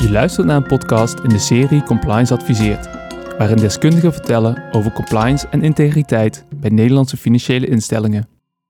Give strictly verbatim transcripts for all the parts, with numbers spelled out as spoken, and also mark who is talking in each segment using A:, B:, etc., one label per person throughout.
A: U luistert naar een podcast in de serie Compliance Adviseert, waarin deskundigen vertellen over compliance en integriteit bij Nederlandse financiële instellingen.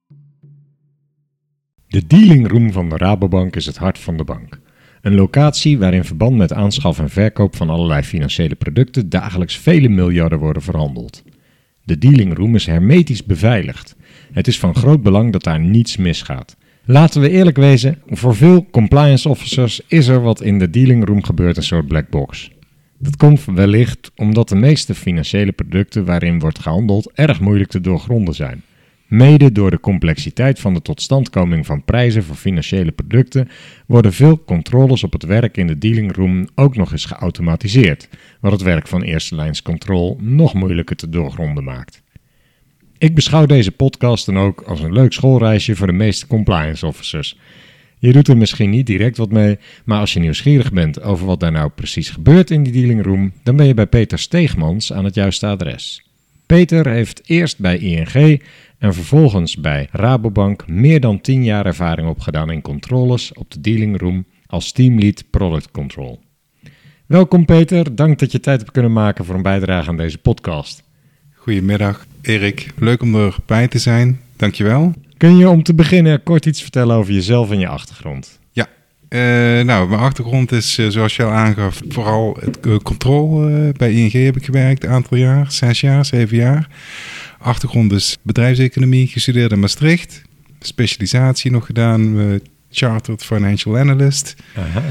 B: De dealing room van de Rabobank is het hart van de bank. Een locatie waar in verband met aanschaf en verkoop van allerlei financiële producten dagelijks vele miljarden worden verhandeld. De dealing room is hermetisch beveiligd. Het is van groot belang dat daar niets misgaat. Laten we eerlijk wezen, voor veel compliance officers is er wat in de dealing room gebeurt een soort black box. Dat komt wellicht omdat de meeste financiële producten waarin wordt gehandeld erg moeilijk te doorgronden zijn. Mede door de complexiteit van de totstandkoming van prijzen voor financiële producten worden veel controles op het werk in de dealing room ook nog eens geautomatiseerd, wat het werk van eerste lijns control nog moeilijker te doorgronden maakt. Ik beschouw deze podcast dan ook als een leuk schoolreisje voor de meeste compliance officers. Je doet er misschien niet direct wat mee, maar als je nieuwsgierig bent over wat daar nou precies gebeurt in die dealing room, dan ben je bij Peter Steegmans aan het juiste adres. Peter heeft eerst bij I N G en vervolgens bij Rabobank meer dan tien jaar ervaring opgedaan in controles op de dealing room als teamlead product control. Welkom Peter, dank dat je tijd hebt kunnen maken voor een bijdrage aan deze podcast.
C: Goedemiddag Erik, leuk om erbij te zijn, dankjewel.
B: Kun je om te beginnen kort iets vertellen over jezelf en je achtergrond?
C: Ja, uh, nou mijn achtergrond is uh, zoals je al aangaf vooral het uh, control. Uh, bij I N G heb ik gewerkt, een aantal jaar, zes jaar, zeven jaar. Achtergrond is bedrijfseconomie, gestudeerd in Maastricht. Specialisatie nog gedaan, uh, Chartered Financial Analyst.
B: Aha.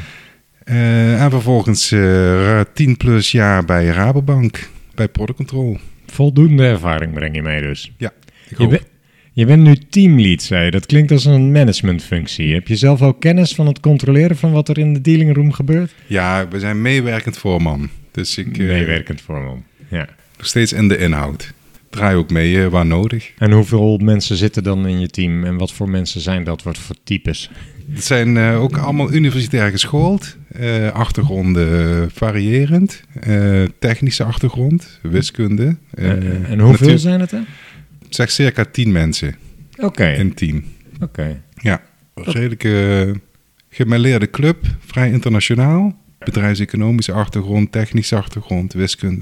C: Uh, en vervolgens uh, tien plus jaar bij Rabobank, bij Product Control.
B: Voldoende ervaring breng je mee dus.
C: Ja, ik
B: je,
C: hoop.
B: be- je bent nu teamlead, zei je. Dat klinkt als een managementfunctie. Heb je zelf ook kennis van het controleren van wat er in de dealing room gebeurt?
C: Ja, we zijn meewerkend voorman. Dus ik, uh,
B: Meewerkend voorman, ja.
C: Nog steeds in de inhoud. Draai ook mee uh, waar nodig.
B: En hoeveel mensen zitten dan in je team? En wat voor mensen zijn dat? Wat voor types?
C: Het zijn uh, ook allemaal universitair geschoold. Uh, achtergronden uh, variërend. Uh, technische achtergrond, wiskunde. Uh,
B: uh, en hoeveel natuur- zijn het er?
C: Ik zeg circa tien mensen.
B: Oké. Okay.
C: In het team.
B: Oké. Okay.
C: Ja, een redelijke uh, gemêleerde club. Vrij internationaal. Bedrijfseconomische achtergrond, technische achtergrond, wiskunde,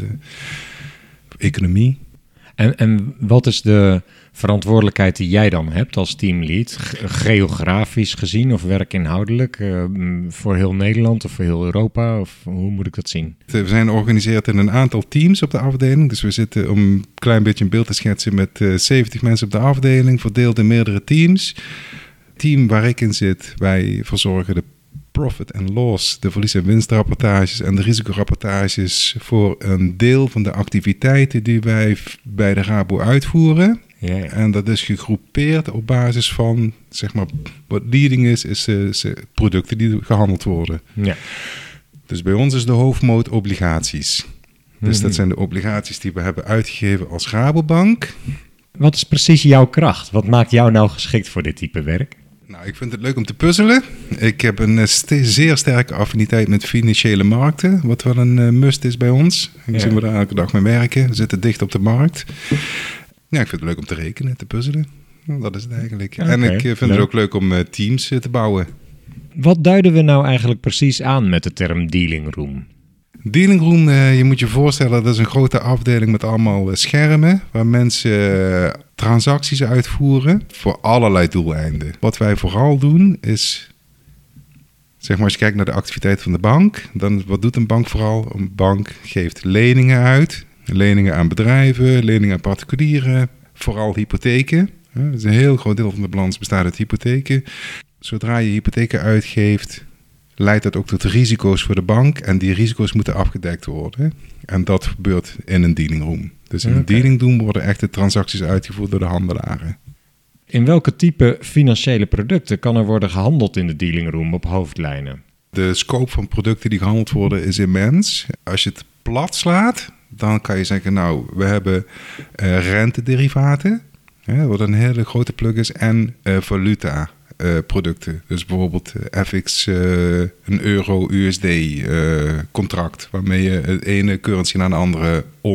C: economie.
B: En, en wat is de verantwoordelijkheid die jij dan hebt als teamlead? Geografisch gezien of werkinhoudelijk? Uh, voor heel Nederland of voor heel Europa? Of hoe moet ik dat zien?
C: We zijn georganiseerd in een aantal teams op de afdeling. Dus we zitten, om een klein beetje een beeld te schetsen, met uh, zeventig mensen op de afdeling. Verdeeld in meerdere teams. Het team waar ik in zit, wij verzorgen de profit and loss, de verlies- en winstrapportages en de risicorapportages voor een deel van de activiteiten die wij bij de Rabo uitvoeren.
B: Ja, ja.
C: En dat is gegroepeerd op basis van, zeg maar, wat leading is, is, is, is producten die gehandeld worden.
B: Ja.
C: Dus bij ons is de hoofdmoot obligaties. Dus
B: Mm-hmm.
C: dat zijn de obligaties die we hebben uitgegeven als Rabobank.
B: Wat is precies jouw kracht? Wat maakt jou nou geschikt voor dit type werk?
C: Nou, ik vind het leuk om te puzzelen. Ik heb een st- zeer sterke affiniteit met financiële markten, wat wel een uh, must is bij ons. En
B: Ja.
C: zien we daar elke dag mee werken. We zitten dicht op de markt. Ja, ik vind het leuk om te rekenen, te puzzelen. Nou, dat is het eigenlijk.
B: Okay,
C: en ik uh, vind
B: leuk.
C: het ook leuk om uh, teams uh, te bouwen.
B: Wat duiden we nou eigenlijk precies aan met de term dealing room?
C: Dealing room, uh, je moet je voorstellen, dat is een grote afdeling met allemaal uh, schermen, waar mensen uh, transacties uitvoeren voor allerlei doeleinden. Wat wij vooral doen is, zeg maar als je kijkt naar de activiteit van de bank, dan wat doet een bank vooral? Een bank geeft leningen uit, leningen aan bedrijven, leningen aan particulieren, vooral hypotheken. Uh, dus een heel groot deel van de balans bestaat uit hypotheken. Zodra je hypotheken uitgeeft, leidt dat ook tot risico's voor de bank. En die risico's moeten afgedekt worden. En dat gebeurt in een dealing room. Dus in
B: Okay.
C: een dealing room worden echte transacties uitgevoerd door de handelaren.
B: In welke type financiële producten kan er worden gehandeld in de dealing room op hoofdlijnen?
C: De scope van producten die gehandeld worden is immens. Als je het plat slaat, dan kan je zeggen, nou, we hebben uh, rentederivaten, hè, wat een hele grote plug is, en uh, valuta. Uh, producten. Dus bijvoorbeeld uh, F X, uh, een euro-U S D uh, contract, waarmee je het ene currency naar de andere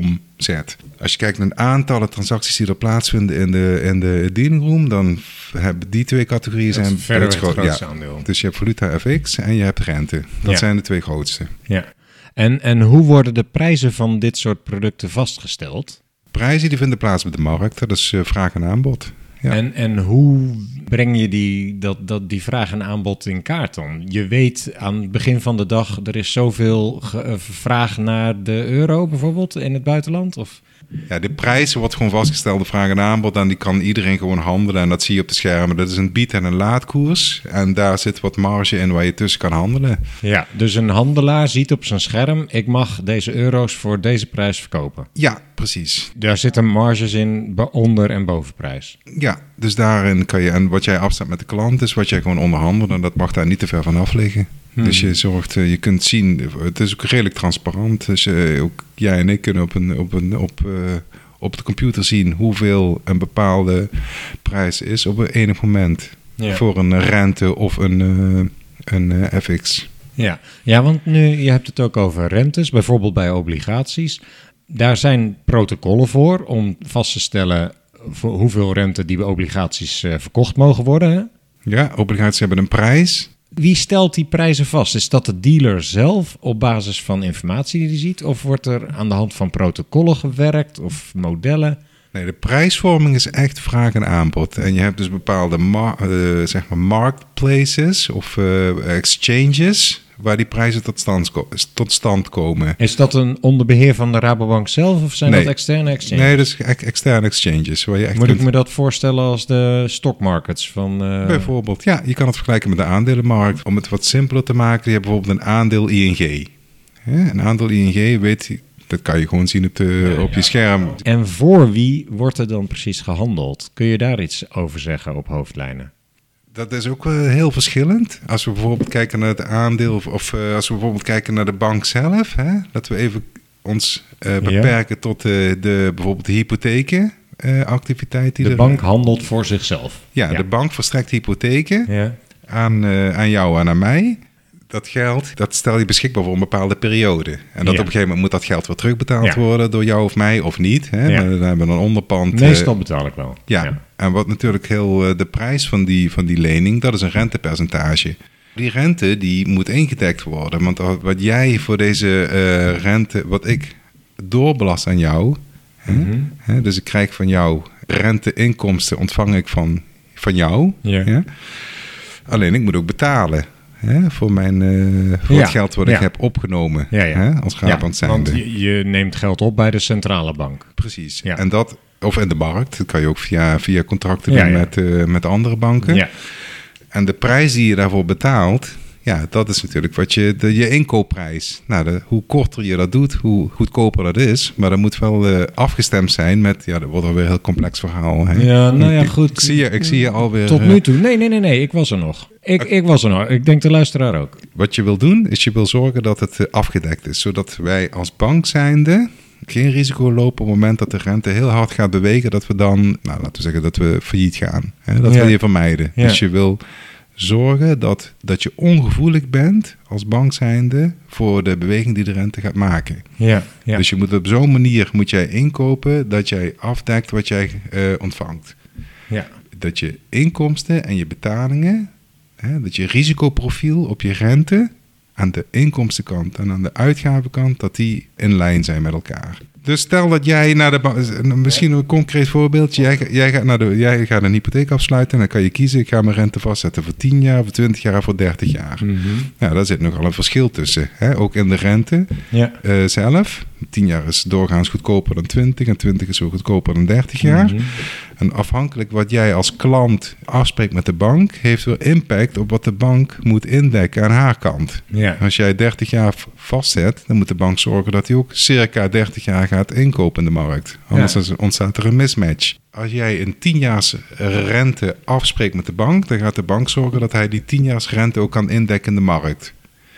C: zet. Als je kijkt naar de aantallen transacties die er plaatsvinden in de, in de dealing room, dan hebben die twee categorieën zijn
B: verder het
C: groot,
B: grootste
C: ja.
B: aandeel.
C: Dus je hebt valuta F X en je hebt rente. Dat
B: Ja.
C: zijn de twee grootste.
B: Ja. En, en hoe worden de prijzen van dit soort producten vastgesteld?
C: Prijzen die vinden plaats op de markt. Dat is uh, vraag en aanbod. Ja.
B: En, en hoe breng je die, dat, dat, die vraag en aanbod in kaart dan? Je weet aan het begin van de dag, er is zoveel ge- uh, vraag naar de euro bijvoorbeeld in het buitenland? Of?
C: Ja, de prijzen wordt gewoon vastgesteld, de vraag en aanbod. En die kan iedereen gewoon handelen. En dat zie je op de schermen. Dat is een bied- en een laadkoers. En daar zit wat marge in waar je tussen kan handelen.
B: Ja, dus een handelaar ziet op zijn scherm, ik mag deze euro's voor deze prijs verkopen.
C: Ja, precies.
B: Daar zitten marges in, be- onder- en bovenprijs.
C: Ja, dus daarin kan je... En wat jij afstaat met de klant is wat jij gewoon onderhandelt. En dat mag daar niet te ver van af liggen.
B: Hmm.
C: Dus je zorgt, je kunt zien, het is ook redelijk transparant. Dus uh, ook jij en ik kunnen op, een, op, een, op, uh, op de computer zien hoeveel een bepaalde prijs is op een enig moment.
B: Ja.
C: Voor een rente of een, uh, een uh, F X.
B: Ja. ja, want nu, je hebt het ook over rentes, bijvoorbeeld bij obligaties. Daar zijn protocollen voor om vast te stellen voor hoeveel rente die obligaties uh, verkocht mogen worden. Hè?
C: Ja, obligaties hebben een prijs.
B: Wie stelt die prijzen vast? Is dat de dealer zelf op basis van informatie die hij ziet? Of wordt er aan de hand van protocollen gewerkt of modellen?
C: Nee, de prijsvorming is echt vraag en aanbod. En je hebt dus bepaalde mar- uh, zeg maar marketplaces of uh, exchanges waar die prijzen tot stand, ko- tot stand komen.
B: Is dat een onder beheer van de Rabobank zelf of zijn
C: Nee.
B: dat externe exchanges?
C: Nee, dus ex- externe exchanges. Waar je echt
B: Moet
C: kunt,
B: ik me dat voorstellen als de stockmarkets van... Uh...
C: bijvoorbeeld, ja, je kan het vergelijken met de aandelenmarkt. Om het wat simpeler te maken, je hebt bijvoorbeeld een aandeel I N G. Ja, een aandeel I N G, weet je, dat kan je gewoon zien op, de,
B: Ja,
C: op je
B: ja.
C: scherm.
B: En voor wie wordt er dan precies gehandeld? Kun je daar iets over zeggen op hoofdlijnen?
C: Dat is ook wel heel verschillend. Als we bijvoorbeeld kijken naar het aandeel, of, of uh, als we bijvoorbeeld kijken naar de bank zelf, hè, dat we even ons uh, beperken ja. tot uh, de, bijvoorbeeld de hypotheken. Uh, activiteit die
B: de
C: er,
B: bank handelt voor zichzelf.
C: Ja, ja. De bank verstrekt hypotheken
B: ja.
C: aan, uh, aan jou en aan mij. Dat geld, dat stel je beschikbaar voor een bepaalde periode. En dat ja. op een gegeven moment moet dat geld weer terugbetaald ja. worden door jou of mij of niet. Hè? Ja. Dan hebben we een onderpand.
B: Meestal betaal ik wel.
C: Ja. ja, en wat natuurlijk heel uh, de prijs van die, van die lening, dat is een rentepercentage. Die rente die moet ingedekt worden. Want wat jij voor deze uh, rente, wat ik doorbelast aan jou. Mm-hmm. Hè? Dus ik krijg van jou renteinkomsten, ontvang ik van, van jou.
B: Ja.
C: Ja? Alleen ik moet ook betalen. Hè, voor mijn, uh, voor ja, het geld wat ja. ik heb opgenomen ja, ja. Hè, als Rabobank
B: ja, want je, je neemt geld op bij de centrale bank.
C: Precies. Ja. En dat, of in de markt. Dat kan je ook via, via contracten ja, doen ja. Met, uh, met andere banken.
B: Ja.
C: En de prijs die je daarvoor betaalt, ja, dat is natuurlijk wat je, de, je inkoopprijs. Nou, de, hoe korter je dat doet, hoe goedkoper dat is. Maar dat moet wel uh, afgestemd zijn met, ja, dat wordt alweer een heel complex verhaal. Hè?
B: Ja, nou ja, goed.
C: Ik, ik, zie, je, ik zie je alweer...
B: Tot nu toe. Nee, nee, nee, nee. Ik was er nog. Ik, ik was er nog. Ik denk de luisteraar ook.
C: Wat je wil doen, is je wil zorgen dat het uh, afgedekt is. Zodat wij als bank zijnde geen risico lopen op het moment dat de rente heel hard gaat bewegen. Dat we dan, nou, laten we zeggen dat we failliet gaan. Hè? Dat ja. wil je vermijden. Ja. Dus je wil zorgen dat, dat je ongevoelig bent als bank zijnde voor de beweging die de rente gaat maken.
B: Ja, ja.
C: Dus je moet op zo'n manier moet jij inkopen dat jij afdekt wat jij uh, ontvangt.
B: Ja.
C: Dat je inkomsten en je betalingen, hè, dat je risicoprofiel op je rente aan de inkomstenkant en aan de uitgavenkant, dat die in lijn zijn met elkaar. Dus stel dat jij naar de bank, misschien een concreet voorbeeldje, jij, jij, gaat naar de, jij gaat een hypotheek afsluiten en dan kan je kiezen, ik ga mijn rente vastzetten voor tien jaar, voor twintig jaar, voor dertig jaar. Mm-hmm. Nou, daar zit nogal een verschil tussen, hè? Ook in de rente ja. uh, zelf. tien jaar is doorgaans goedkoper dan twintig en twintig is ook goedkoper dan dertig jaar. Mm-hmm. En afhankelijk wat jij als klant afspreekt met de bank, heeft weer impact op wat de bank moet indekken aan haar kant.
B: Ja.
C: Als jij dertig jaar vastzet, dan moet de bank zorgen dat hij ook circa dertig jaar gaat inkopen in de markt. Anders ja. ontstaat er een mismatch. Als jij een tienjaars rente afspreekt met de bank, dan gaat de bank zorgen dat hij die tienjaars rente ook kan indekken in de markt.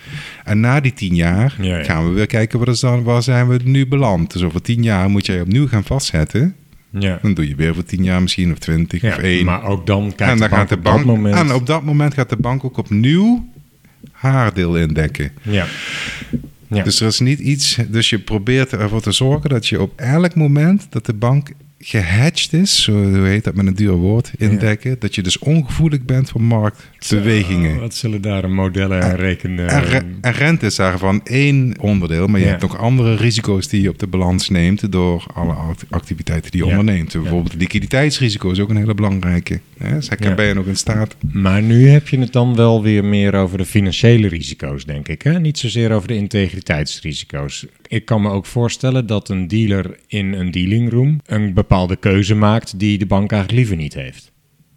C: En na die tien jaar ja, ja. gaan we weer kijken waar, is dan, waar zijn we nu beland. Dus over tien jaar moet jij opnieuw gaan vastzetten.
B: Ja.
C: Dan doe je weer voor tien jaar misschien of twintig ja, of één.
B: Maar ook dan kijkt
C: en dan
B: de bank,
C: gaat de bank
B: op dat moment...
C: En op dat moment gaat de bank ook opnieuw haar deel indekken.
B: Ja. Ja.
C: Dus er is niet iets... Dus je probeert ervoor te zorgen dat je op elk moment dat de bank gehedged is, zo hoe heet dat met een duur woord, indekken, ja. dat je dus ongevoelig bent voor marktbewegingen.
B: Zo, wat zullen daar modellen en rekenen?
C: En, re- en rente is daarvan één onderdeel, maar je
B: ja. hebt
C: nog andere risico's die je op de balans neemt door alle activiteiten die je ja. onderneemt. Bijvoorbeeld ja. liquiditeitsrisico is ook een hele belangrijke. Hè? Dus ja. ben je nog in staat.
B: Maar nu heb je het dan wel weer meer over de financiële risico's, denk ik. Hè? Niet zozeer over de integriteitsrisico's. Ik kan me ook voorstellen dat een dealer in een dealingroom een bepaalde keuze maakt die de bank eigenlijk liever niet heeft.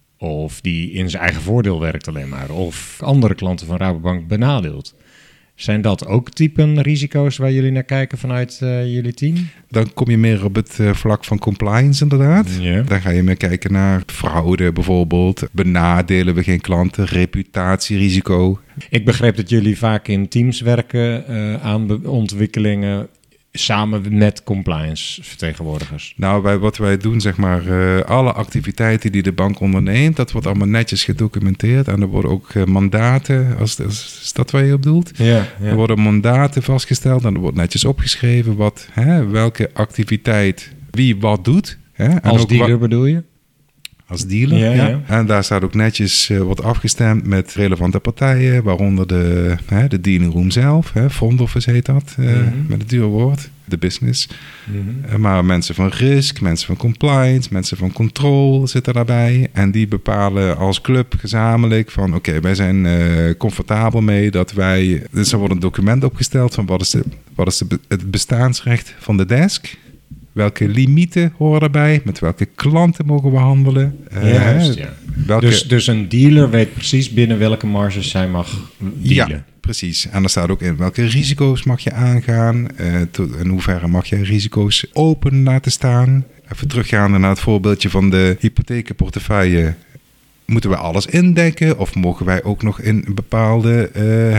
B: Of die in zijn eigen voordeel werkt alleen maar. Of andere klanten van Rabobank benadeelt. Zijn dat ook typen risico's waar jullie naar kijken vanuit uh, jullie team?
C: Dan kom je meer op het uh, vlak van compliance inderdaad.
B: Yeah.
C: Dan ga je meer kijken naar fraude bijvoorbeeld. Benadelen we geen klanten? Reputatierisico.
B: Ik begreep dat jullie vaak in teams werken uh, aan be- ontwikkelingen samen met compliance vertegenwoordigers.
C: Nou, wij, wat wij doen, zeg maar, uh, alle activiteiten die de bank onderneemt, dat wordt allemaal netjes gedocumenteerd. En er worden ook uh, mandaten, als, als, is dat wat je op doelt?
B: Ja, ja.
C: Er worden mandaten vastgesteld en er wordt netjes opgeschreven wat, hè, welke activiteit wie wat doet. Hè? En
B: als
C: ook
B: dealer
C: wa-
B: bedoel je?
C: Als dealer,
B: ja,
C: ja.
B: ja.
C: En daar staat ook netjes, uh, wordt afgestemd met relevante partijen, waaronder de, hè, de dealingroom zelf, hè, front office heet dat, uh, mm-hmm. met het dure woord, de business. Mm-hmm. Uh, maar mensen van risk, mensen van compliance, mensen van control zitten daarbij. En die bepalen als club gezamenlijk van, oké, okay, wij zijn uh, comfortabel mee dat wij... Dus er wordt een document opgesteld van wat is, de, wat is de, het bestaansrecht van de desk... Welke limieten horen erbij? Met welke klanten mogen we handelen? Uh,
B: Juist, ja. Welke... Dus, dus een dealer weet precies binnen welke marges zij mag dealen.
C: Ja, precies. En er staat ook in welke risico's mag je aangaan. Uh, tot, in hoeverre mag je risico's open laten staan. Even teruggaande naar het voorbeeldje van de hypotheekportefeuille. Moeten we alles indekken of mogen wij ook nog in een bepaalde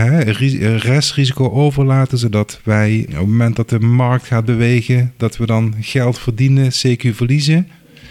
C: uh, restrisico overlaten, zodat wij op het moment dat de markt gaat bewegen, dat we dan geld verdienen, C Q verliezen?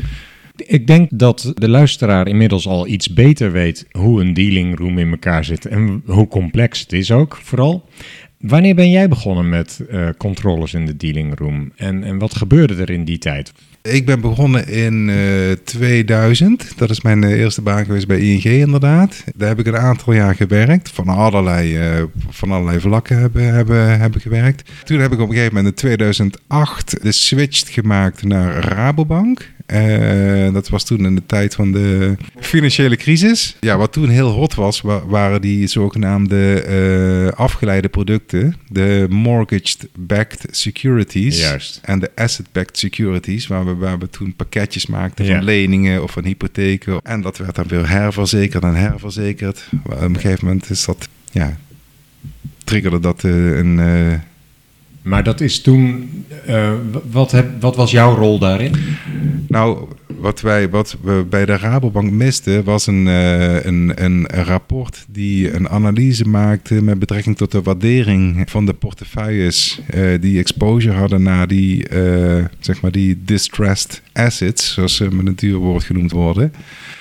B: Ik denk dat de luisteraar inmiddels al iets beter weet hoe een dealingroom in elkaar zit en hoe complex het is ook vooral. Wanneer ben jij begonnen met uh, controles in de dealingroom en, en wat gebeurde er in die tijd?
C: Ik ben begonnen in uh, tweeduizend. Dat is mijn uh, eerste baan geweest bij I N G inderdaad. Daar heb ik een aantal jaar gewerkt. Van allerlei, uh, van allerlei vlakken hebben, hebben, hebben gewerkt. Toen heb ik op een gegeven moment in tweeduizend acht de switch gemaakt naar Rabobank. Uh, dat was toen in de tijd van de financiële crisis. Ja, wat toen heel hot was, wa- waren die zogenaamde uh, afgeleide producten. De mortgage-backed securities.
B: Juist. En
C: de asset-backed securities, waar we, waar we toen pakketjes maakten
B: ja.
C: van leningen of van hypotheken. En dat werd dan weer herverzekerd en herverzekerd. Op een gegeven moment is dat, ja, triggerde dat uh, een... Uh,
B: Maar dat is toen... Uh, wat, heb, wat was jouw rol daarin?
C: Nou, wat, wij, wat we bij de Rabobank misten was een, uh, een, een rapport die een analyse maakte met betrekking tot de waardering van de portefeuilles uh, die exposure hadden naar die, uh, zeg maar die distressed assets, zoals ze met een duur woord genoemd worden.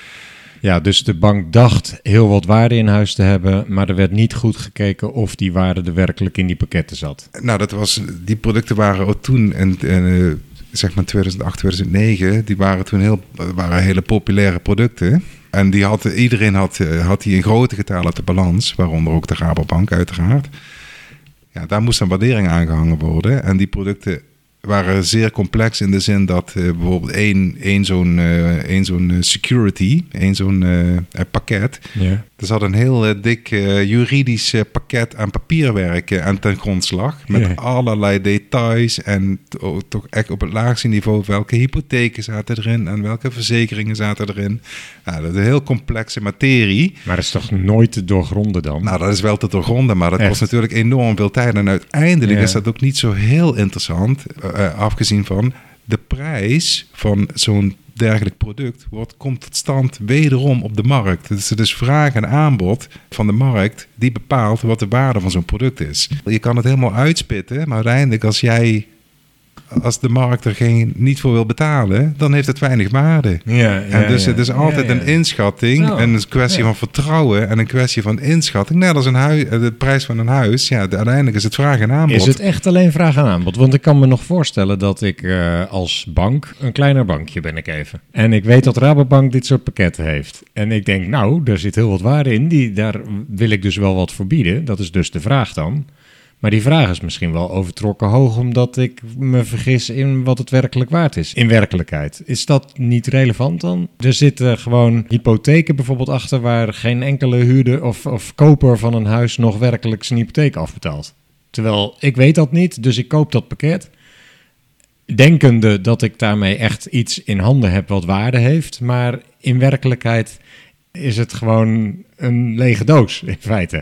B: Ja, dus de bank dacht heel wat waarde in huis te hebben, maar er werd niet goed gekeken of die waarde er werkelijk in die pakketten zat.
C: Nou, dat was, die producten waren ook toen, en, en uh, zeg maar tweeduizend acht, tweeduizend negen, die waren toen heel, waren hele populaire producten. En die had, iedereen had, had die in grote getalen de balans, waaronder ook de Rabobank uiteraard. Ja, daar moest een waardering aangehangen worden. En die producten waren zeer complex in de zin dat uh, bijvoorbeeld één, één zo'n, uh, één zo'n security, één zo'n uh, pakket.
B: Yeah.
C: Er zat een heel uh, dik uh, juridisch uh, pakket aan papierwerk uh, aan ten grondslag. Met yeah. allerlei details en to- toch echt op het laagste niveau welke hypotheken zaten erin en welke verzekeringen zaten erin. Nou, dat is een heel complexe materie.
B: Maar dat is toch nooit te doorgronden dan?
C: Nou, dat is wel te doorgronden, maar dat
B: echt?
C: kost natuurlijk enorm veel tijd. En uiteindelijk yeah. is dat ook niet zo heel interessant, uh, afgezien van de prijs van zo'n dergelijk product wordt, komt tot stand wederom op de markt. Dus het is vraag en aanbod van de markt die bepaalt wat de waarde van zo'n product is. Je kan het helemaal uitspitten, maar uiteindelijk als jij als de markt er geen, niet voor wil betalen, dan heeft het weinig waarde.
B: Ja, ja,
C: en dus
B: ja.
C: het is altijd
B: ja, ja.
C: een inschatting
B: Oh,
C: en een kwestie
B: ja.
C: van vertrouwen en een kwestie van inschatting. Net als een huis, de prijs van een huis, ja, de, uiteindelijk is het vraag en aanbod.
B: Is het echt alleen vraag en aanbod? Want ik kan me nog voorstellen dat ik uh, als bank, een kleiner bankje ben ik even. En ik weet dat Rabobank dit soort pakketten heeft. En ik denk, nou, daar zit heel wat waarde in. Die, daar wil ik dus wel wat voor bieden. Dat is dus de vraag dan. Maar die vraag is misschien wel overtrokken hoog, omdat ik me vergis in wat het werkelijk waard is. In werkelijkheid. Is dat niet relevant dan? Er zitten gewoon hypotheken bijvoorbeeld achter waar geen enkele huurder of, of koper van een huis nog werkelijk zijn hypotheek afbetaalt. Terwijl ik weet dat niet, dus ik koop dat pakket. Denkende dat ik daarmee echt iets in handen heb wat waarde heeft. Maar in werkelijkheid is het gewoon een lege doos in feite.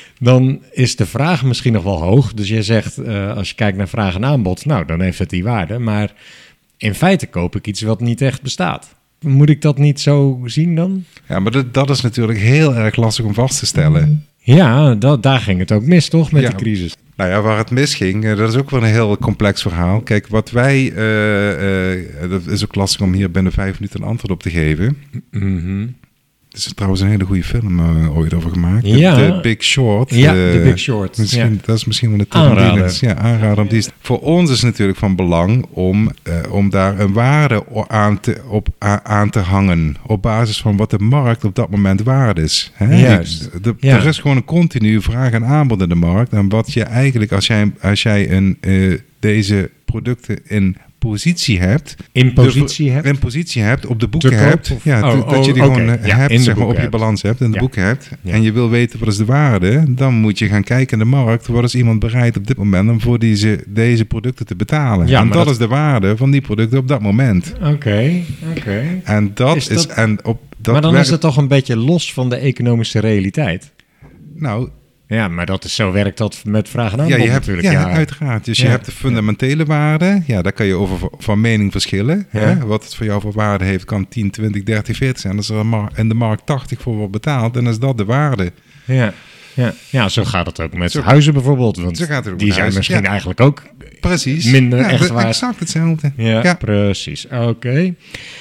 B: Dan is de vraag misschien nog wel hoog. Dus je zegt, uh, als je kijkt naar vraag en aanbod, nou, dan heeft het die waarde. Maar in feite koop ik iets wat niet echt bestaat. Moet ik dat niet zo zien dan?
C: Ja, maar dat, dat is natuurlijk heel erg lastig om vast te stellen.
B: Ja, dat, daar ging het ook mis, toch, met
C: ja.
B: de crisis?
C: Nou ja, waar het misging, uh, dat is ook wel een heel complex verhaal. Kijk, wat wij, uh, uh, dat is ook lastig om hier binnen vijf minuten een antwoord op te geven.
B: Mm-hmm.
C: Er is trouwens een hele goede film uh, ooit over gemaakt.
B: Ja.
C: The Big Short.
B: Ja,
C: uh,
B: The Big Short.
C: Misschien,
B: Ja.
C: Dat is misschien wel een
B: Aanrader.
C: Ja, aanrader. Die is, voor ons is het natuurlijk van belang om, uh, om daar een waarde aan te, op, a, aan te hangen. Op basis van wat de markt op dat moment waard is. Hè?
B: Juist.
C: De, de,
B: Ja.
C: Er is gewoon een continue vraag en aanbod in de markt. En wat je eigenlijk, als jij, als jij een, uh, deze producten in positie hebt.
B: In positie
C: de,
B: hebt?
C: In positie hebt, op de boeken
B: Te koop,
C: hebt.
B: of?
C: Ja,
B: Oh,
C: dat je die
B: oh,
C: gewoon
B: okay.
C: uh,
B: Ja,
C: hebt,
B: in de
C: zeg maar, op
B: boeken
C: je
B: hebt.
C: balans hebt en de
B: Ja.
C: boeken hebt.
B: Ja.
C: En je wil weten wat is de waarde, dan moet je gaan kijken in de markt. Wat is iemand bereid op dit moment om voor deze, deze producten te betalen?
B: Ja,
C: en
B: maar
C: dat,
B: dat
C: is de waarde van die producten op dat moment.
B: Oké, okay, oké. Okay.
C: En dat is...
B: is dat...
C: en op dat
B: maar dan
C: werkt,
B: is het toch een beetje los van de economische realiteit?
C: Nou...
B: Ja, maar dat is, zo werkt dat met vraag en aanbod
C: ja, je hebt,
B: natuurlijk.
C: Ja,
B: ja,
C: uiteraard. Dus
B: ja.
C: je hebt de fundamentele waarde. Ja, daar kan je over van mening verschillen.
B: Ja.
C: Hè? Wat het voor jou voor waarde heeft, kan tien, twintig, dertig, veertig zijn. Als er in de markt tachtig voor wordt betaald, dan is dat de waarde.
B: Ja, ja. ja zo gaat het ook met
C: zo,
B: huizen bijvoorbeeld. Want
C: zo gaat het ook
B: die
C: met
B: zijn
C: huizen.
B: misschien
C: Ja.
B: eigenlijk ook
C: precies.
B: minder
C: ja,
B: echt
C: dat,
B: waard.
C: Exact hetzelfde.
B: Ja,
C: ja.
B: precies. Oké. Okay.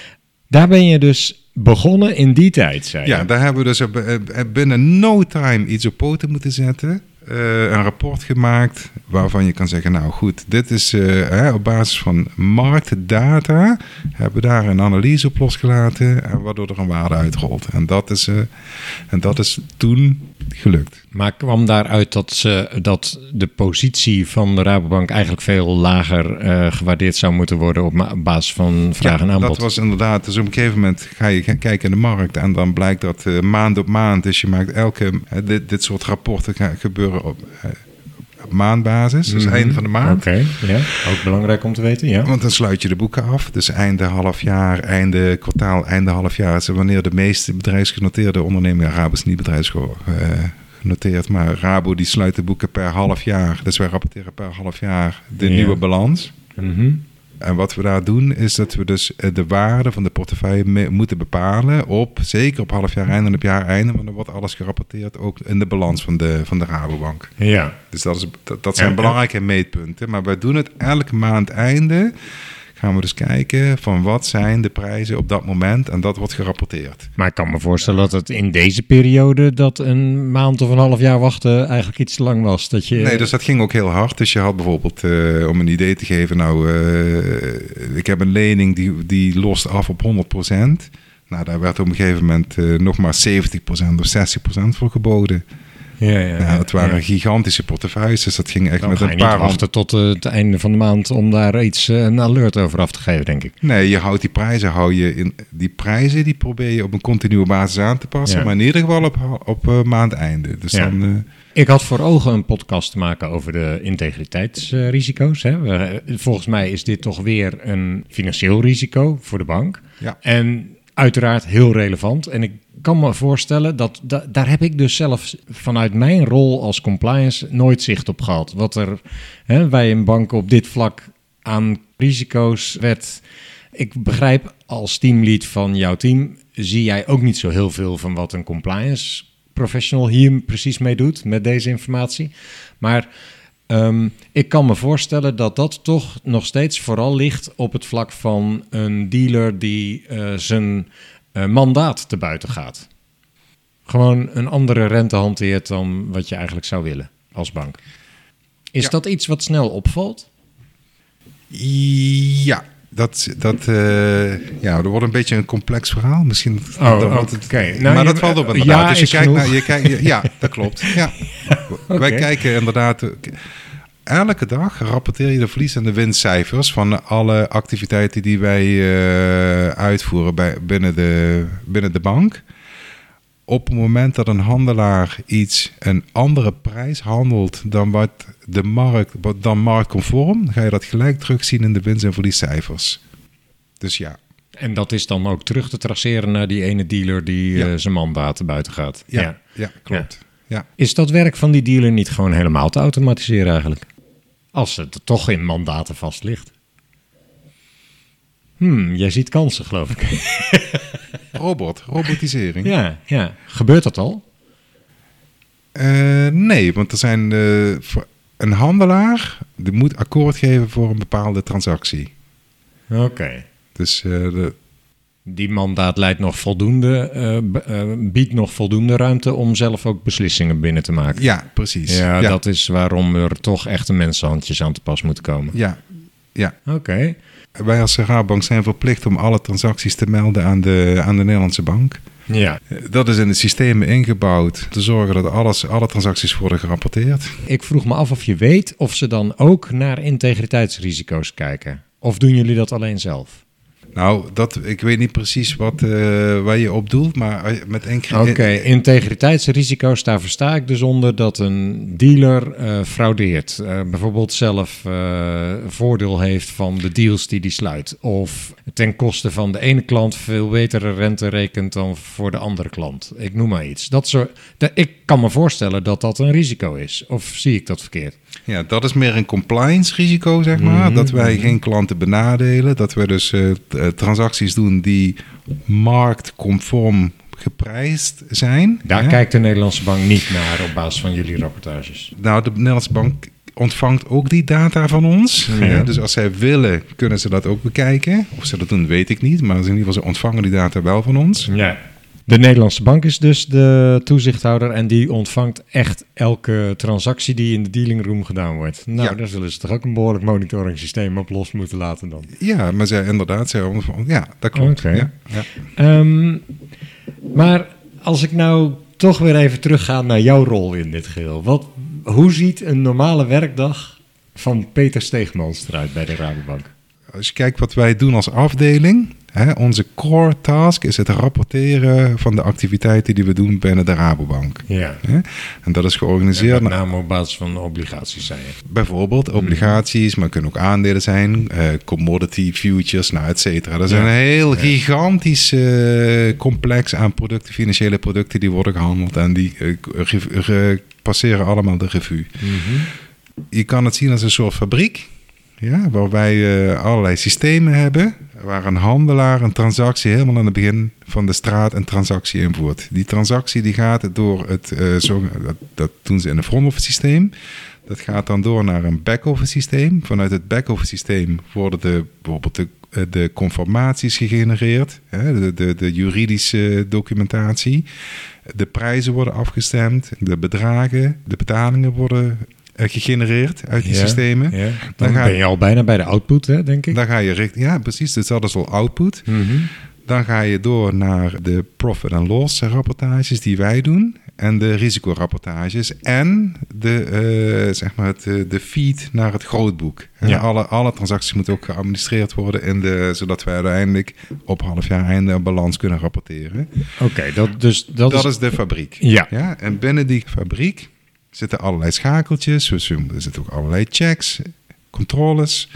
B: Daar ben je dus begonnen in die tijd, zei je?
C: Ja, daar hebben we dus binnen no time iets op poten moeten zetten. Uh, een rapport gemaakt waarvan je kan zeggen, nou goed, dit is uh, hè, op basis van marktdata hebben we daar een analyse op losgelaten en waardoor er een waarde uitrolt. En dat is, uh, en dat is toen gelukt.
B: Maar kwam daaruit dat, ze, dat de positie van de Rabobank eigenlijk veel lager uh, gewaardeerd zou moeten worden op ma- basis van vraag
C: ja,
B: en aanbod?
C: Dat was inderdaad, dus op een gegeven moment ga je kijken in de markt en dan blijkt dat uh, maand op maand, dus je maakt elke, uh, dit, dit soort rapporten gaan gebeuren op, uh, op maandbasis, dus
B: mm-hmm.
C: einde van de maand.
B: Oké, okay, ja, ook belangrijk om te weten, ja.
C: Want dan sluit je de boeken af, dus einde halfjaar, einde kwartaal, einde halfjaar, is wanneer de meeste bedrijfsgenoteerde ondernemingen, Rabo is niet bedrijfsgenoteerd, genoteerd, maar Rabo die sluit de boeken per half jaar. Dus wij rapporteren per half jaar de ja. nieuwe balans.
B: Mm-hmm.
C: En wat we daar doen, is dat we dus de waarde van de portefeuille me- moeten bepalen op, zeker op half jaar einde en op jaar einde, want dan wordt alles gerapporteerd, ook in de balans van de, van de Rabobank.
B: Ja.
C: Dus dat, is, dat, dat zijn
B: ja,
C: belangrijke ja. meetpunten. Maar wij doen het elke maand einde. Gaan we dus kijken van wat zijn de prijzen op dat moment en dat wordt gerapporteerd.
B: Maar ik kan me voorstellen dat het in deze periode dat een maand of een half jaar wachten eigenlijk iets te lang was. Dat je...
C: Nee, dus dat ging ook heel hard. Dus je had bijvoorbeeld, uh, om een idee te geven, nou, uh, ik heb een lening die, die lost af op honderd procent. Nou, daar werd op een gegeven moment uh, nog maar zeventig procent of zestig procent voor geboden.
B: Ja, ja,
C: nou, het waren
B: ja.
C: gigantische portefeuilles, dus dat ging echt
B: dan
C: met
B: ga
C: een
B: je
C: paar...
B: niet wachten tot uh, het einde van de maand om daar iets uh, een alert over af te geven, denk ik.
C: Nee, je houdt die prijzen, hou je in, die prijzen die probeer je op een continue basis aan te passen,
B: ja.
C: maar in ieder geval op, op uh, maandeinde. Dus
B: ja.
C: dan... Uh,
B: Ik had voor ogen een podcast te maken over de integriteitsrisico's. Hè. We, volgens mij is dit toch weer een financieel risico voor de bank.
C: Ja.
B: En uiteraard heel relevant. En ik kan me voorstellen dat da, daar heb ik dus zelf vanuit mijn rol als compliance nooit zicht op gehad. Wat er hè, bij een bank op dit vlak aan risico's werd. Ik begrijp als teamlead van jouw team zie jij ook niet zo heel veel van wat een compliance professional hier precies mee doet met deze informatie. Maar Um, ik kan me voorstellen dat dat toch nog steeds vooral ligt op het vlak van een dealer die uh, zijn uh, mandaat te buiten gaat. Gewoon een andere rente hanteert dan wat je eigenlijk zou willen als bank. Is ja. dat iets wat snel opvalt?
C: Ja, dat, dat uh, ja, er wordt een beetje een complex verhaal. Misschien.
B: Oh, oké. Okay. Nou,
C: maar
B: je,
C: dat valt op inderdaad.
B: Ja,
C: dus je kijkt
B: genoeg.
C: naar, je kijkt, ja, dat klopt. Ja. Okay. Wij kijken inderdaad. Elke dag rapporteer je de verlies- en de winstcijfers van alle activiteiten die wij uh, uitvoeren bij, binnen, de, binnen de bank. Op het moment dat een handelaar iets een andere prijs handelt dan wat de markt, dan marktconform, dan ga je dat gelijk terugzien in de winst- en verliescijfers. Dus ja.
B: En dat is dan ook terug te traceren naar die ene dealer die ja. uh, zijn mandaten buiten gaat.
C: Ja, ja. ja klopt. Ja. Ja.
B: Is dat werk van die dealer niet gewoon helemaal te automatiseren eigenlijk? Als het toch in mandaten vast ligt. Hmm, jij ziet kansen, geloof ik.
C: Robot, robotisering.
B: Ja, ja. Gebeurt dat al?
C: Uh, nee, want er zijn uh, een handelaar die moet akkoord geven voor een bepaalde transactie.
B: Oké. Okay.
C: Dus uh, de...
B: die mandaat leidt nog voldoende, uh, uh, biedt nog voldoende ruimte om zelf ook beslissingen binnen te maken.
C: Ja, precies.
B: Ja,
C: ja.
B: dat is waarom er toch echte mensenhandjes aan te pas moeten komen.
C: Ja, ja.
B: Oké. Okay.
C: Wij als Rabobank zijn verplicht om alle transacties te melden aan de, aan de Nederlandse bank.
B: Ja.
C: Dat is in het systeem ingebouwd te zorgen dat alles, alle transacties worden gerapporteerd.
B: Ik vroeg me af of je weet of ze dan ook naar integriteitsrisico's kijken. Of doen jullie dat alleen zelf?
C: Nou, dat, ik weet niet precies wat, uh, waar je op doelt, maar met enkele...
B: Oké, okay, integriteitsrisico's, daar versta ik dus onder dat een dealer uh, fraudeert. Uh, bijvoorbeeld zelf uh, voordeel heeft van de deals die hij sluit. Of ten koste van de ene klant veel betere rente rekent dan voor de andere klant. Ik noem maar iets. Dat soort, de, ik kan me voorstellen dat dat een risico is. Of zie ik dat verkeerd?
C: Ja, dat is meer een compliance risico, zeg maar. Mm-hmm. Dat wij geen klanten benadelen. Dat we dus uh, transacties doen die marktconform geprijsd zijn.
B: Daar
C: ja.
B: kijkt de Nederlandse bank niet naar op basis van jullie rapportages.
C: Nou, de Nederlandse bank ontvangt ook die data van ons. Ja. Ja, dus als zij willen, kunnen ze dat ook bekijken. Of ze dat doen, weet ik niet. Maar in ieder geval, ze ontvangen die data wel van ons.
B: Ja. De Nederlandse bank is dus de toezichthouder en die ontvangt echt elke transactie die in de dealingroom gedaan wordt. Nou, ja. Daar zullen ze toch ook een behoorlijk monitoringsysteem op los moeten laten dan.
C: Ja, maar zij inderdaad, zij, ja, dat klopt.
B: Okay.
C: Ja, ja.
B: Um, maar als ik nou toch weer even terugga naar jouw rol in dit geheel. Wat, hoe ziet een normale werkdag van Peter Steegmans eruit bij de Rabobank?
C: Als je kijkt wat wij doen als afdeling, hè, onze core task is het rapporteren van de activiteiten die we doen binnen de Rabobank.
B: Ja.
C: Hè? En dat is georganiseerd.
B: En met name op basis van obligaties, zei je.
C: Bijvoorbeeld obligaties, maar kunnen ook aandelen zijn, uh, commodity, futures, nou, et cetera. Dat is ja. een heel ja. gigantisch uh, complex aan producten, financiële producten die worden gehandeld en die uh, re- re- passeren allemaal de revue.
B: Mm-hmm.
C: Je kan het zien als een soort fabriek. Ja, waar wij uh, allerlei systemen hebben, waar een handelaar een transactie helemaal aan het begin van de straat een transactie invoert. Die transactie die gaat door het, uh, zo, dat, dat doen ze in een front-office systeem. Dat gaat dan door naar een back-office systeem. Vanuit het back-office systeem worden de, bijvoorbeeld de, de conformaties gegenereerd, hè, de, de, de juridische documentatie. De prijzen worden afgestemd, de bedragen, de betalingen worden gegenereerd uit die
B: ja,
C: systemen.
B: Ja. Dan, dan ga, ben je al bijna bij de output, hè, denk ik.
C: Dan ga je richting, ja, precies. Dus dat is al output.
B: Mm-hmm.
C: Dan ga je door naar de profit and loss rapportages die wij doen en de risicorapportages en de, uh, zeg maar het, de feed naar het grootboek. Ja. Alle, alle transacties moeten ook geadministreerd worden in de, zodat wij uiteindelijk op halfjaar einde een balans kunnen rapporteren.
B: Oké, okay, dat, dus, dat,
C: dat
B: is...
C: is de fabriek.
B: Ja.
C: Ja. En binnen die fabriek zitten allerlei schakeltjes, er zitten ook allerlei checks, controles.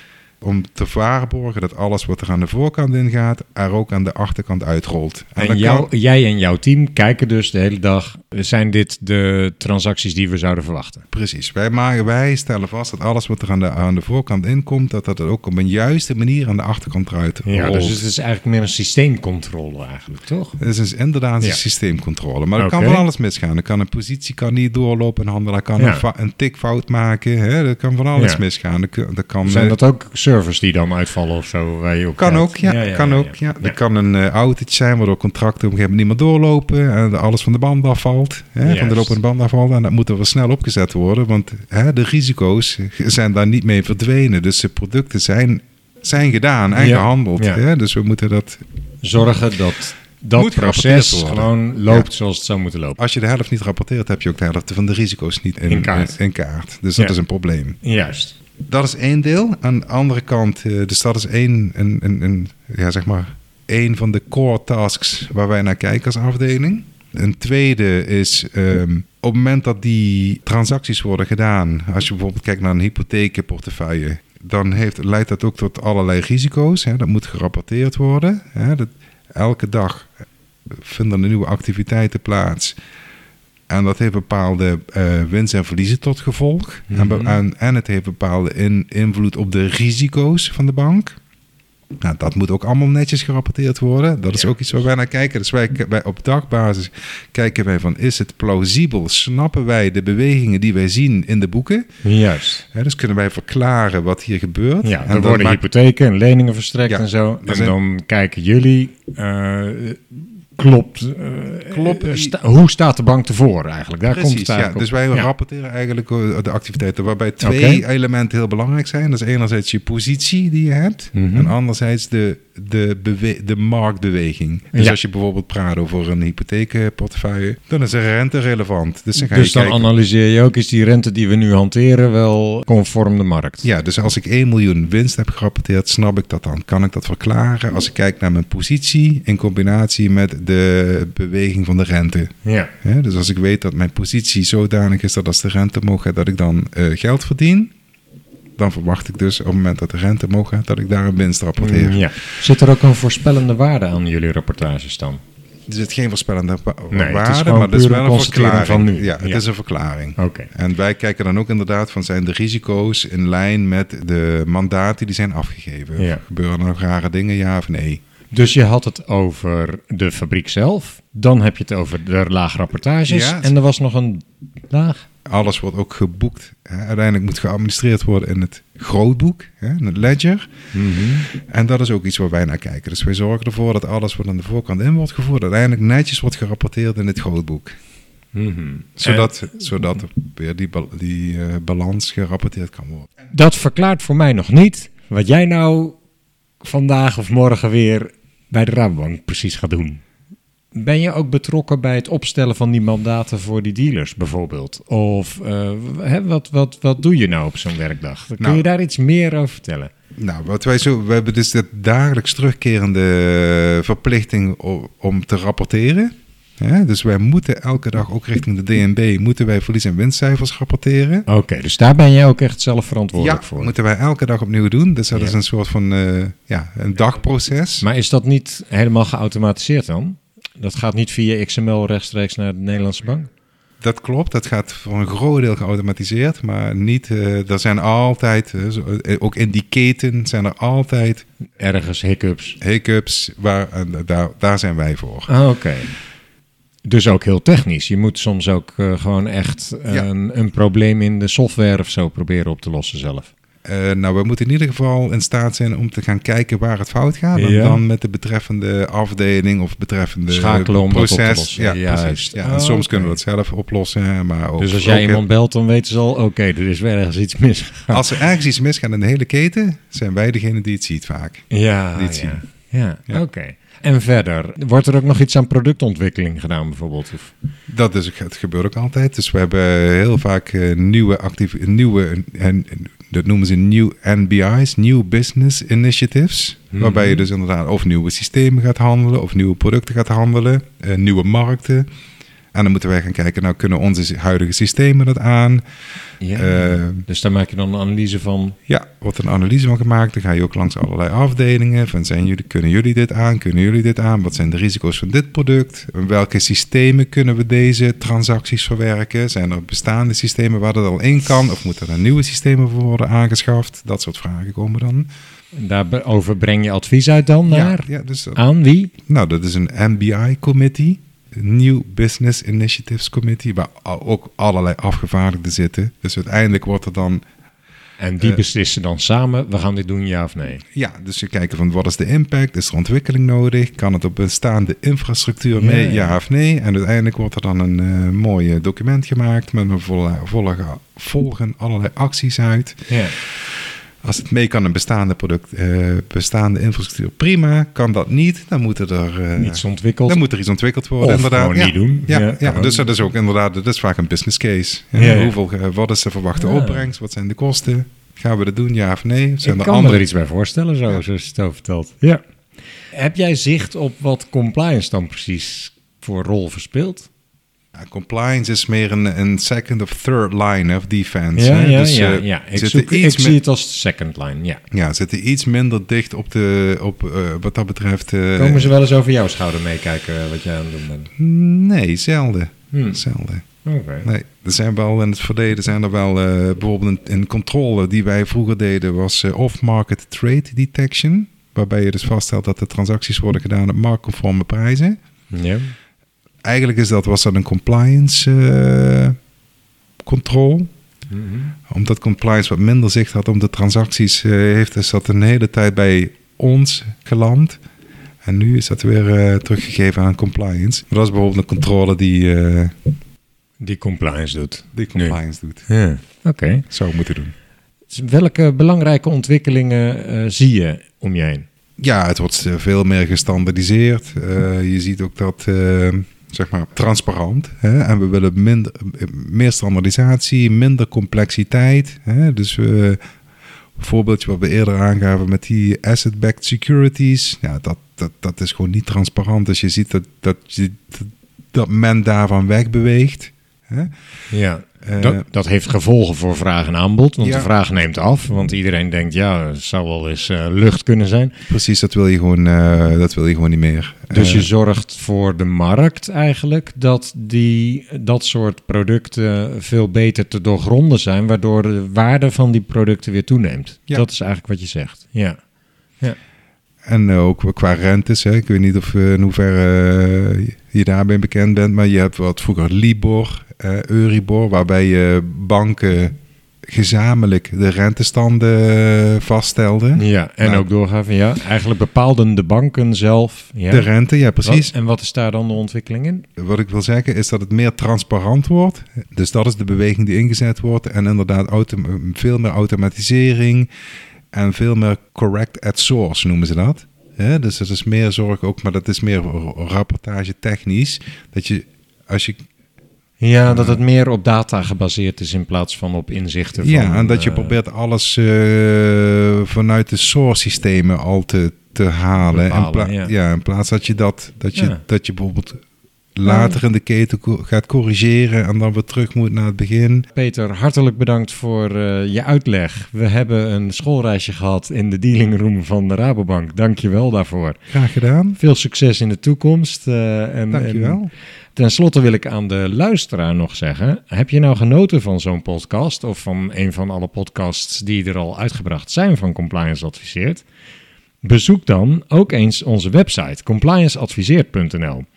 C: om te waarborgen dat alles wat er aan de voorkant in gaat, er ook aan de achterkant uitrolt.
B: En,
C: en
B: jou,
C: kan...
B: jij en jouw team kijken dus de hele dag, zijn dit de transacties die we zouden verwachten?
C: Precies. Wij, maken, wij stellen vast dat alles wat er aan de, aan de voorkant in komt, dat dat ook op een juiste manier aan de achterkant eruit rolt.
B: Ja, dus het is eigenlijk meer een systeemcontrole eigenlijk, toch?
C: Het is dus inderdaad een
B: ja.
C: systeemcontrole. Maar er
B: okay.
C: kan van alles misgaan. Er kan een positie kan niet doorlopen, een handelaar kan ja. een, fa- een tikfout maken. Hè? Er kan van alles ja. misgaan. Er, er kan,
B: zijn dat ook servers die dan uitvallen of zo? Waar je ook
C: kan
B: kijkt?
C: ook, ja. ja, ja kan ja, ook, ja.
B: ja.
C: Er kan een uh, autootje zijn waardoor contracten op een gegeven moment niet meer doorlopen en alles van de band afvalt. Hè? Van de lopende band afvalt. En dat moet er wel snel opgezet worden, want hè, de risico's zijn daar niet mee verdwenen. Dus de producten zijn, zijn gedaan en ja. gehandeld. Ja. Hè? Dus we moeten dat...
B: Zorgen dat... Dat proces gewoon loopt ja. zoals het zou moeten lopen.
C: Als je de helft niet rapporteert, heb je ook de helft van de risico's niet in,
B: in, kaart.
C: in, in kaart. Dus dat ja. is een probleem.
B: Juist.
C: Dat is één deel. Aan de andere kant, dus dat is één, een, een, een, ja, zeg maar, één van de core tasks waar wij naar kijken als afdeling. Een tweede is um, op het moment dat die transacties worden gedaan, als je bijvoorbeeld kijkt naar een hypotheekportefeuille, dan heeft, leidt dat ook tot allerlei risico's. Hè. Dat moet gerapporteerd worden. Hè. Dat, elke dag vinden er nieuwe activiteiten plaats. En dat heeft bepaalde uh, winst en verliezen tot gevolg. Mm-hmm. En, en, en het heeft bepaalde in, invloed op de risico's van de bank. Nou, dat moet ook allemaal netjes gerapporteerd worden. Dat is ja. ook iets waar wij naar kijken. Dus wij, wij op dagbasis kijken wij van, is het plausibel? Snappen wij de bewegingen die wij zien in de boeken?
B: Juist.
C: Ja, dus kunnen wij verklaren wat hier gebeurt.
B: Ja, er worden maakt... hypotheken en leningen verstrekt ja, en zo. En
C: zijn...
B: dan kijken jullie... Uh, Klopt. Uh,
C: Klopt.
B: Uh, sta, hoe staat de bank ervoor eigenlijk? Daar
C: Precies,
B: komt het eigenlijk
C: ja. Dus wij
B: ja.
C: rapporteren eigenlijk de activiteiten waarbij twee okay. elementen heel belangrijk zijn. Dat is enerzijds je positie die je hebt mm-hmm. en anderzijds de, de, bewe- de marktbeweging. Dus ja. als je bijvoorbeeld praat over een hypotheekportefeuille, dan is er rente relevant. Dus dan, ga
B: dus
C: je
B: dan
C: kijken,
B: analyseer je ook, is die rente die we nu hanteren wel conform de markt?
C: Ja, dus als ik één miljoen winst heb gerapporteerd, snap ik dat dan? Kan ik dat verklaren? Als ik kijk naar mijn positie in combinatie met de beweging van de rente.
B: Ja.
C: Ja, dus als ik weet dat mijn positie zodanig is dat als de rente omhoog gaat, dat ik dan uh, geld verdien, dan verwacht ik dus op het moment dat de rente omhoog gaat, dat ik daar een winst rapporteer.
B: Mm, ja. Zit er ook een voorspellende waarde aan jullie rapportages dan?
C: Er zit geen voorspellende wa-
B: nee,
C: waarde,
B: het
C: maar het is wel een verklaring.
B: Van nu.
C: Ja, het
B: ja.
C: is een verklaring.
B: Okay.
C: En wij kijken dan ook inderdaad van, zijn de risico's in lijn met de mandaten die zijn afgegeven?
B: Ja.
C: Gebeuren er nog rare dingen, ja of nee?
B: Dus je had het over de fabriek zelf. Dan heb je het over de laag rapportages. Ja, en er was nog een laag.
C: Alles wordt ook geboekt. Hè. Uiteindelijk moet geadministreerd worden in het grootboek, hè, in het ledger.
B: Mm-hmm.
C: En dat is ook iets waar wij naar kijken. Dus wij zorgen ervoor dat alles wat aan de voorkant in wordt gevoerd, uiteindelijk netjes wordt gerapporteerd in het grootboek.
B: Mm-hmm.
C: Zodat, en, zodat weer die, die uh, balans gerapporteerd kan worden.
B: Dat verklaart voor mij nog niet wat jij nou vandaag of morgen weer bij de Rabobank precies gaat doen. Ben je ook betrokken bij het opstellen van die mandaten voor die dealers bijvoorbeeld? Of uh, hè, wat, wat, wat doe je nou op zo'n werkdag? Kun nou, je daar iets meer over vertellen?
C: Nou, wat wij zo, we hebben dus de dagelijks terugkerende verplichting om, om te rapporteren. Ja, dus wij moeten elke dag ook richting de D N B moeten wij verlies- en winstcijfers rapporteren.
B: Oké, okay, dus daar ben jij ook echt zelf verantwoordelijk
C: ja,
B: voor?
C: Ja, moeten wij elke dag opnieuw doen. Dus dat ja. is een soort van uh, ja, een dagproces.
B: Maar is dat niet helemaal geautomatiseerd dan? Dat gaat niet via X M L rechtstreeks naar de Nederlandse bank?
C: Dat klopt, dat gaat voor een groot deel geautomatiseerd, maar niet, uh, er zijn altijd, uh, zo, uh, ook in die keten zijn er altijd...
B: Ergens hiccups.
C: Hiccups, waar, uh, daar, daar zijn wij voor.
B: Ah, oké. Okay. Dus ook heel technisch. Je moet soms ook uh, gewoon echt uh, ja. een, een probleem in de software of zo proberen op te lossen zelf.
C: Uh, nou, we moeten in ieder geval in staat zijn om te gaan kijken waar het fout gaat. En ja. dan met de betreffende afdeling of betreffende
B: schakelen om
C: proces.
B: Dat op te lossen.
C: Ja, ja, precies. Ja, en oh, soms okay. kunnen we dat zelf oplossen. Maar ook,
B: dus als jij
C: ook
B: iemand belt, dan weten ze al, oké, okay, er is wel ergens iets misgegaan.
C: Als er ergens iets misgaat in de hele keten, zijn wij degene die het ziet vaak.
B: Ja,
C: die het
B: ja.
C: zien.
B: Ja, ja. oké. Okay. En verder, wordt er ook nog iets aan productontwikkeling gedaan bijvoorbeeld? Of?
C: Dat is, het gebeurt ook altijd. Dus we hebben heel vaak uh, nieuwe actieve, nieuwe, en dat noemen ze new N B I's, New Business Initiatives. Mm-hmm. Waarbij je dus inderdaad of nieuwe systemen gaat handelen, of nieuwe producten gaat handelen, uh, nieuwe markten. En dan moeten wij gaan kijken, nou kunnen onze huidige systemen dat aan?
B: Ja, uh, dus daar maak je dan een analyse van?
C: Ja, wordt een analyse van gemaakt. Dan ga je ook langs allerlei afdelingen. Van zijn jullie, kunnen jullie dit aan? Kunnen jullie dit aan? Wat zijn de risico's van dit product? In welke systemen kunnen we deze transacties verwerken? Zijn er bestaande systemen waar dat al in kan? Of moeten er nieuwe systemen voor worden aangeschaft? Dat soort vragen komen dan.
B: En daarover breng je advies uit dan naar?
C: Ja, ja, dus dat,
B: aan wie?
C: Nou, dat is een M B I-committee. New Business Initiatives Committee, waar ook allerlei afgevaardigden zitten. Dus uiteindelijk wordt er dan...
B: En die uh, beslissen dan samen, we gaan dit doen, ja of nee?
C: Ja, dus je kijkt van wat is de impact? Is er ontwikkeling nodig? Kan het op bestaande infrastructuur mee, ja, ja. ja of nee? En uiteindelijk wordt er dan een uh, mooi document gemaakt met een volle, volle, volgen allerlei acties uit. Ja. Als het mee kan een bestaande product, uh, bestaande infrastructuur, prima. Kan dat niet, dan moet er uh,
B: iets ontwikkeld.
C: Dan moet er iets ontwikkeld worden.
B: Of
C: inderdaad.
B: gewoon
C: ja.
B: niet doen.
C: Ja,
B: ja,
C: ja, dus dat is ook inderdaad, dat is vaak een business case. Ja, ja, ja. Hoeveel, uh, wat is de verwachte ja. opbrengst? Wat zijn de kosten? Gaan we dat doen, ja of nee? Zijn
B: Ik
C: er
B: kan
C: andere...
B: me er iets bij voorstellen, zo, ja. zoals je het over vertelt. Ja. Heb jij zicht op wat compliance dan precies voor rol verspeelt?
C: Ja, compliance is meer een, een second of third line of defense.
B: Ja,
C: hè?
B: ja,
C: dus,
B: ja.
C: Uh,
B: ja. Ik, zoek, ik zie het als second line, ja.
C: Ja, zitten iets minder dicht op de, op, uh, wat dat betreft... Uh,
B: Komen ze wel eens over jouw schouder meekijken wat jij aan het doen bent?
C: Nee, zelden. Hmm. Zelden.
B: Okay.
C: Nee, er zijn wel in het verleden zijn er wel uh, bijvoorbeeld een, een controle die wij vroeger deden was uh, off-market trade detection. Waarbij je dus vaststelt dat de transacties worden gedaan op marktconforme prijzen.
B: Ja.
C: Eigenlijk is dat, was dat een compliance uh, control. Mm-hmm. Omdat compliance wat minder zicht had om de transacties, uh, heeft is dat een hele tijd bij ons geland. En nu is dat weer uh, teruggegeven aan compliance. Maar dat is bijvoorbeeld een controle die... Uh,
B: die compliance doet.
C: Die compliance nu. doet.
B: Ja, oké. Okay.
C: Zou moeten doen.
B: Dus welke belangrijke ontwikkelingen uh, zie je om je heen?
C: Ja, het wordt veel meer gestandaardiseerd. Uh, je ziet ook dat... Uh, zeg maar transparant. Hè? En we willen minder, meer standaardisatie, minder complexiteit. Hè? Dus uh, een voorbeeldje wat we eerder aangaven met die asset-backed securities. Ja, dat, dat, dat is gewoon niet transparant. Dus je ziet dat, dat, je, dat men daarvan wegbeweegt. Hè?
B: Ja, uh, dat, dat heeft gevolgen voor vraag en aanbod. Want ja. de vraag neemt af. Want iedereen denkt, ja, het zou wel eens uh, lucht kunnen zijn.
C: Precies, dat wil je gewoon, uh, dat wil je gewoon niet meer.
B: Dus je zorgt voor de markt eigenlijk dat die, dat soort producten veel beter te doorgronden zijn, waardoor de waarde van die producten weer toeneemt. Ja. Dat is eigenlijk wat je zegt. Ja. Ja.
C: En uh, ook qua rentes. Hè. Ik weet niet of uh, in hoeverre uh, je daarbij bekend bent, maar je hebt wat vroeger Libor, uh, Euribor, waarbij je banken gezamenlijk de rentestanden vaststelden.
B: Ja, en nou, ook doorgaven, ja. Eigenlijk bepaalden de banken zelf... Ja.
C: De rente, ja, precies.
B: Wat, en wat is daar dan de ontwikkeling in?
C: Wat ik wil zeggen is dat het meer transparant wordt. Dus dat is de beweging die ingezet wordt. En inderdaad autom- veel meer automatisering en veel meer correct at source noemen ze dat. Ja, dus dat is meer zorg ook, maar dat is meer rapportage technisch. Dat je, als je...
B: Ja, dat het meer op data gebaseerd is in plaats van op inzichten van...
C: Ja, en dat je uh, probeert alles uh, vanuit de source systemen al te, te halen.
B: Bepalen,
C: in, pla-
B: ja.
C: Ja, in plaats dat je dat, dat je,
B: ja.
C: dat je bijvoorbeeld later in de keten co- gaat corrigeren en dan weer terug moet naar het begin.
B: Peter, hartelijk bedankt voor uh, je uitleg. We hebben een schoolreisje gehad in de dealingroom van de Rabobank. Dank je wel daarvoor.
C: Graag gedaan.
B: Veel succes in de toekomst. Uh, en,
C: Dank je wel.
B: En ten slotte wil ik aan de luisteraar nog zeggen, heb je nou genoten van zo'n podcast of van een van alle podcasts die er al uitgebracht zijn van Compliance Adviseert? Bezoek dan ook eens onze website compliance adviseert punt n l.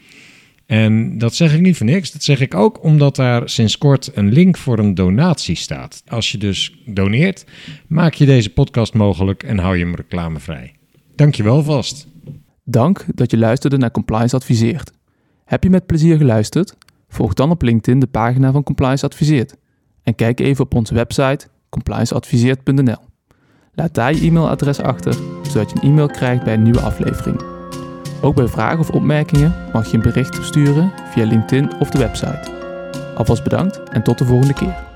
B: En dat zeg ik niet voor niks. Dat zeg ik ook omdat daar sinds kort een link voor een donatie staat. Als je dus doneert, maak je deze podcast mogelijk en hou je hem reclamevrij. Dank je wel vast.
A: Dank dat je luisterde naar Compliance Adviseert. Heb je met plezier geluisterd? Volg dan op LinkedIn de pagina van Compliance Adviseert. En kijk even op onze website compliance adviseert punt n l. Laat daar je e-mailadres achter, zodat je een e-mail krijgt bij een nieuwe aflevering. Ook bij vragen of opmerkingen mag je een bericht sturen via LinkedIn of de website. Alvast bedankt en tot de volgende keer.